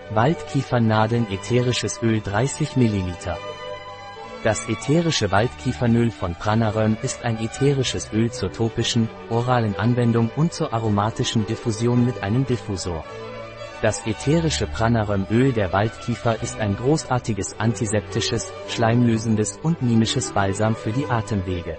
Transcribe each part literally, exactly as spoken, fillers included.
Waldkiefernadeln ätherisches Öl dreißig Milliliter. Das ätherische Waldkiefernöl von Pranaröm ist ein ätherisches Öl zur topischen, oralen Anwendung und zur aromatischen Diffusion mit einem Diffusor. Das ätherische Pranaröm-Öl der Waldkiefer ist ein großartiges antiseptisches, schleimlösendes und mimisches Balsam für die Atemwege.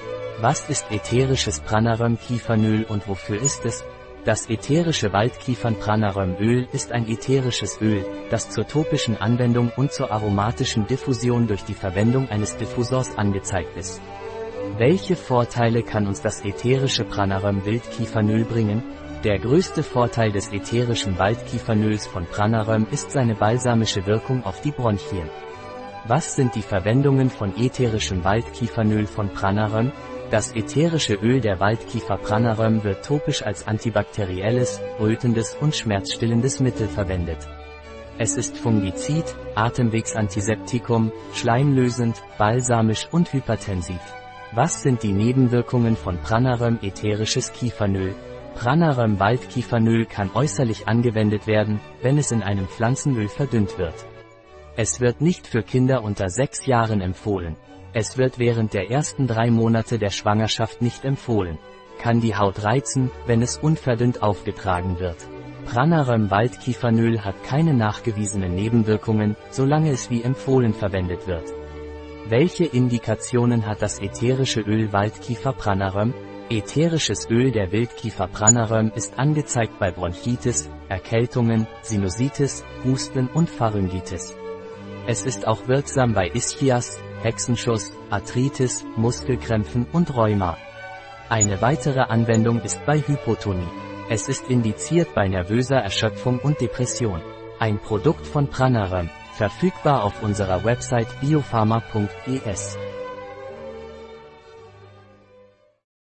Was ist ätherisches Pranaröm-Kiefernöl und wofür ist es? Das ätherische Waldkiefern-Pranaröm-Öl ist ein ätherisches Öl, das zur topischen Anwendung und zur aromatischen Diffusion durch die Verwendung eines Diffusors angezeigt ist. Welche Vorteile kann uns das ätherische Pranaröm-Wildkiefernöl bringen? Der größte Vorteil des ätherischen Waldkiefernöls von Pranaröm ist seine balsamische Wirkung auf die Bronchien. Was sind die Verwendungen von ätherischem Waldkiefernöl von Pranaröm? Das ätherische Öl der Waldkiefer Pranaröm wird topisch als antibakterielles, rötendes und schmerzstillendes Mittel verwendet. Es ist Fungizid, Atemwegsantiseptikum, schleimlösend, balsamisch und hypertensiv. Was sind die Nebenwirkungen von Pranaröm ätherisches Kiefernöl? Pranaröm Waldkiefernöl kann äußerlich angewendet werden, wenn es in einem Pflanzenöl verdünnt wird. Es wird nicht für Kinder unter sechs Jahren empfohlen. Es wird während der ersten drei Monate der Schwangerschaft nicht empfohlen. Kann die Haut reizen, wenn es unverdünnt aufgetragen wird. Pranaröm Waldkiefernöl hat keine nachgewiesenen Nebenwirkungen, solange es wie empfohlen verwendet wird. Welche Indikationen hat das ätherische Öl Waldkiefer Pranaröm? Ätherisches Öl der Wildkiefer Pranaröm ist angezeigt bei Bronchitis, Erkältungen, Sinusitis, Husten und Pharyngitis. Es ist auch wirksam bei Ischias, Hexenschuss, Arthritis, Muskelkrämpfen und Rheuma. Eine weitere Anwendung ist bei Hypotonie. Es ist indiziert bei nervöser Erschöpfung und Depression. Ein Produkt von Pranaröm, verfügbar auf unserer Website biopharma punkt es.